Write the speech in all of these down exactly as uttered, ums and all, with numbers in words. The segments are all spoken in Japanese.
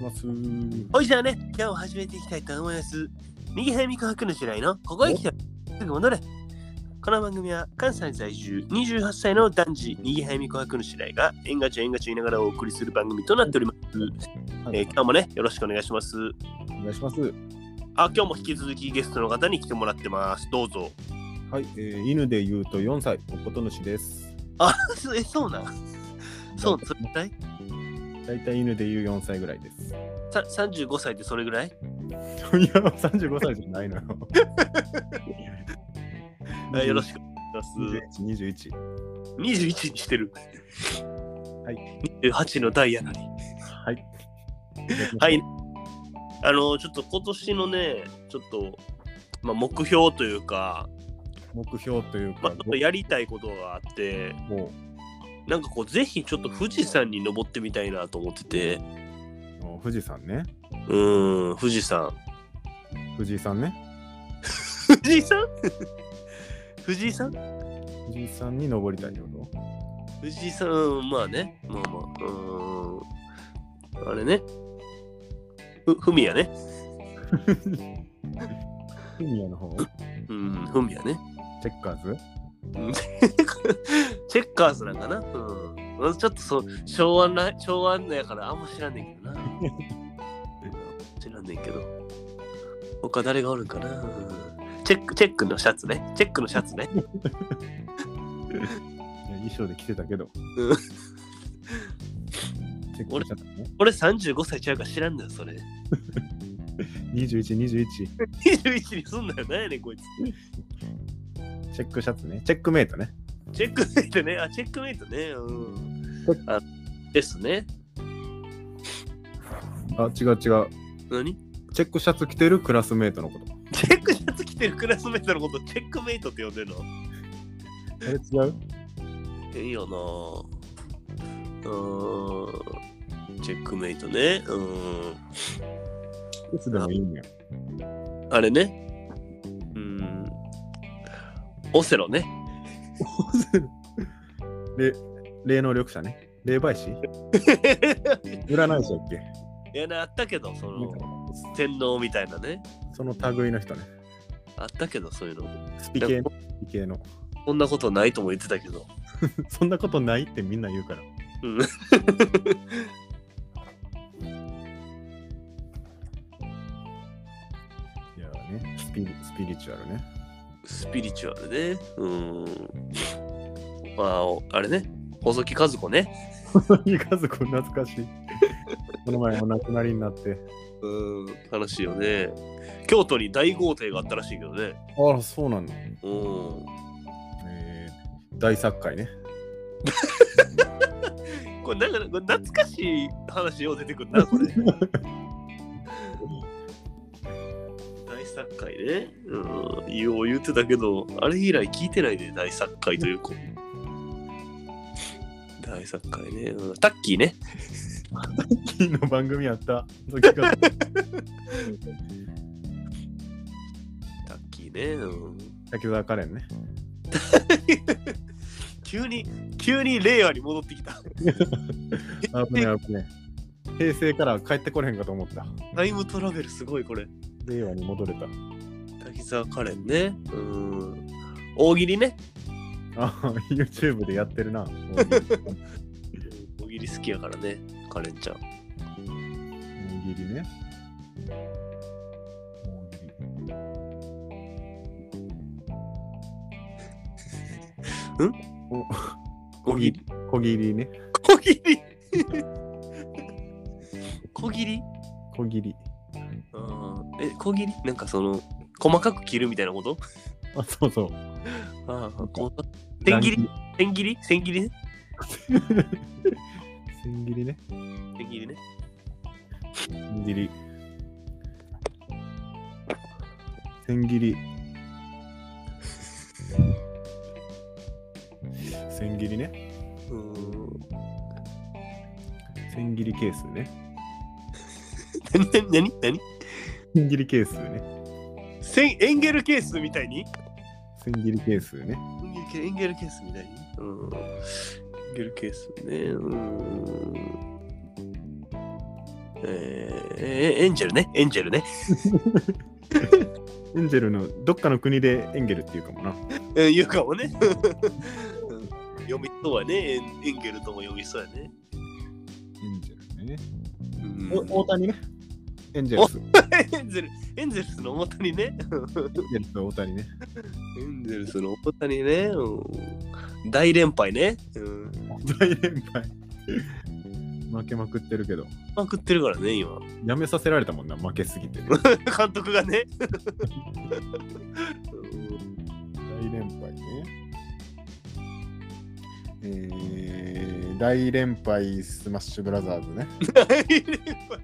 ます。 ほいじゃあね、今日も始めていきたいと思います。右早見琥珀の時代のここへ来てすぐ戻れ。この番組は関西在住にじゅうはっさいの男児右早見琥珀の時代が縁がち縁がち言いながらお送りする番組となっております。はいえー、今日もね、よろしくお願いします。 お願いします。 あ、今日も引き続きゲストの方に来てもらってます。どうぞ。 はい、えー、犬で言うとよんさい、おことぬしです。 あ、え、そうなんそう、それぐらいだいたい犬で言うよんさいぐらいです。 ささんじゅうごさいってそれぐらいいや、さんじゅうごさいじゃないのよ。 よろしくお願いします。 にじゅういち。 にじゅういちにしてる。 はい。 にじゅうはちのダイヤなり。 はい。 はい。あの、ちょっと今年のね、ちょっと、まあ、目標というか、 目標というか、 まあ、ちょっとやりたいことがあって、もうなんかこう、ぜひちょっと富士山に登ってみたいなと思ってて。 富士山ね。 うーん、富士山。 富士山ね。 富士山富士山富士山に登りたいってこと？ 富士山、まあね。まあまあ。うーん。あれね。ふ、ふみやね。 ふみやの方？ うん、ふみやね。 チェッカーズ？ チェッカーズなんかな、うん、ちょっとそう昭和な昭和やからあんま知らんねんけどな知らんねんけど他誰がおるんかな、うん、チェックチェックのシャツねチェックのシャツねいや衣装で着てたけど、 うん、 チェックのシャツね。 俺さんじゅうごさいちゃうから知らんだよそれにじゅういち、にじゅういちにじゅういちにすんなよなんやねんこいつチェックシャツね。チェックメイトね。 チェックメイトね。あ、チェックメイトね。うん。あですね。 あ、違う違う。 何？ チェックシャツ着てるクラスメイトのこと。 チェックシャツ着てるクラスメイトのことチェックメイトって呼んでるの？ あれ違う？ いいよなぁ。うん。チェックメイトね。うん。 いつでもいいんや。 あれね。うん。オセロね。 で、霊能力者ね。霊媒師占い師だっけ？ いやな、あったけど、その、洗脳みたいなね。 その類の人ね。 あったけど、そういうの。 スピ系の。スピ系の。 そんなことないとも言ってたけど。 そんなことないってみんな言うから。 うん。 いやね、スピリ、スピリチュアルね。 スピリチュアルね。うん。まあ、あれね。細木和子ね。 細木和子懐かしい。この前お亡くなりになって。 うん、悲しいよね。京都に大豪邸があったらしいけどね。 ああ、そうなんだ。うん。えー、大作会ね。 これなんかこれ懐かしい話よう出てくるな、これ。大作会ね。うん、よう言ってたけど、あれ以来聞いてないで、大作会という子。大作会ね、うん。タッキーね。 タッキーの番組あった。タッキーね。うん、 滝沢カレンね。 急に、急に令和に戻ってきた。 危ね危ね。平成から帰ってこれへんかと思った。 タイムトラベルすごいこれ。 令和に戻れた。 滝沢カレンね。うん。大喜利ね。 ああ、YouTube でやってるな。 大喜利好きやからね、カレンちゃん。 大喜利ね。大喜利。ん？小切り。小切りね。 小切り小切り小切り。 え、小切りなんかその、細かく切るみたいなこと？ あ、そうそう。 ああ、こう。千切り千切り千切りね。 千切りね。 千切りね。 千切り。千切り。千切りね。 うーん。 千切りケースね。 なになになになに千切りケースね。 千エンゲルケースみたいに千切りケースね。 エンゲルケースみたいに。うん。エンゲルケースね。うん。 えー、エンジェルね。エンジェルね。 エンジェルのどっかの国でエンゲルっていうかもな。 えー、言うかもね。読みそうはね。エンエンゲルとも読みそうやね。 エンジェルね。 うん、 お大谷ね。エンジェルス。 エンゼルエンゼルスの大谷ね。 エンジェルス大谷ね。 エンゼルスの大谷ね。うん、大連敗ね。うん、 大連敗。負けまくってるけど。 まくってるからね、今。 やめさせられたもんな、負けすぎて。 監督がね。 大連敗ね。えー、大連敗スマッシュブラザーズね。 大連敗。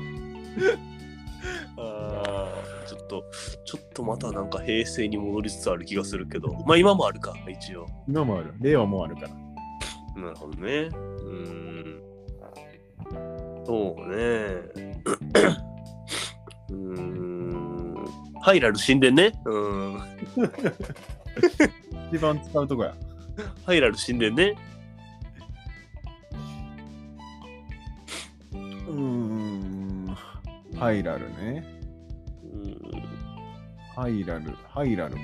あー、ちょっと、ちょっとまたなんか平成に戻りつつある気がするけど、まあ今もあるか、一応。 今もある。令和もあるから。 なるほどね。うーん。そうね。うーん。ハイラル神殿ね。うん。 一番使うとこや。 ハイラル神殿ね。 うーん。ハイラルね。 うん。 ハイラル、ハイラルか。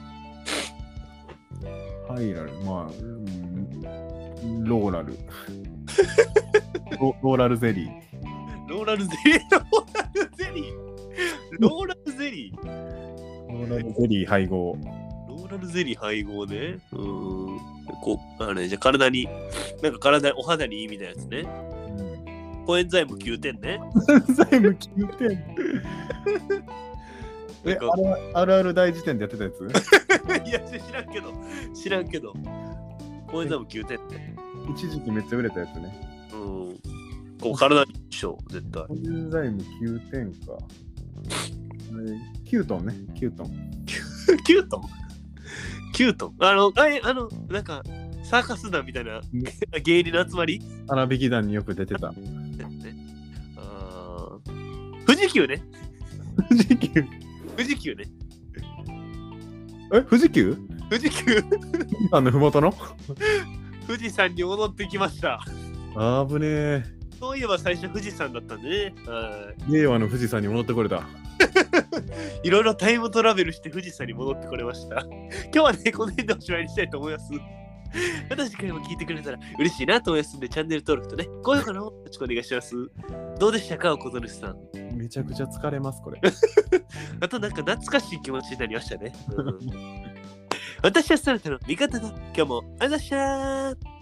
ハイラル、まあ、うん、ローラル。ロ, ローラルゼリー。 ローラルゼリー。ローラルゼリー。ローラルゼリー。 ローラルゼリー配合。 ローラルゼリー配合ね。うーん。こう、あれ、じゃあ体に、なんか体、お肌にいいみたいなやつね。うん、コエンザイムきゅうてんね。 コエンザイムきゅうてん。え、あれ、あるある大辞典でやってたやつ？ いや、知らんけど、知らんけど。コエンザイムきゅうてんね。 一時期めっちゃ売れたやつね。 うん。こう体にいいでしょ、絶対。 コエンザイムきゅうてんか。きゅうトンね、きゅうトン。 きゅうトン ?きゅう トン。あの、あれ、あの、なんか、サーカス団みたいな芸人の集まり荒引き団によく出てた。あ富士急ね。 富士急。 富士急ね。 え、富士急？ 富士急あの、ふもとの富士山に戻ってきました。 あぶねえ。 そういえば最初富士山だったんでね。 令和の富士山に戻ってこれた。 いろいろタイムトラベルして富士山に戻ってこれました。今日はね、この辺でおしまいにしたいと思います。また次回も聞いてくれたら嬉しいなと思いますので、チャンネル登録とね、高評価の方よろしくお願いします。どうでしたか、おことぬしさん。 めちゃくちゃ疲れます、これ。 あとなんか懐かしい気持ちになりましたね。うん、私はそなたの味方だ。今日もありがとうございました。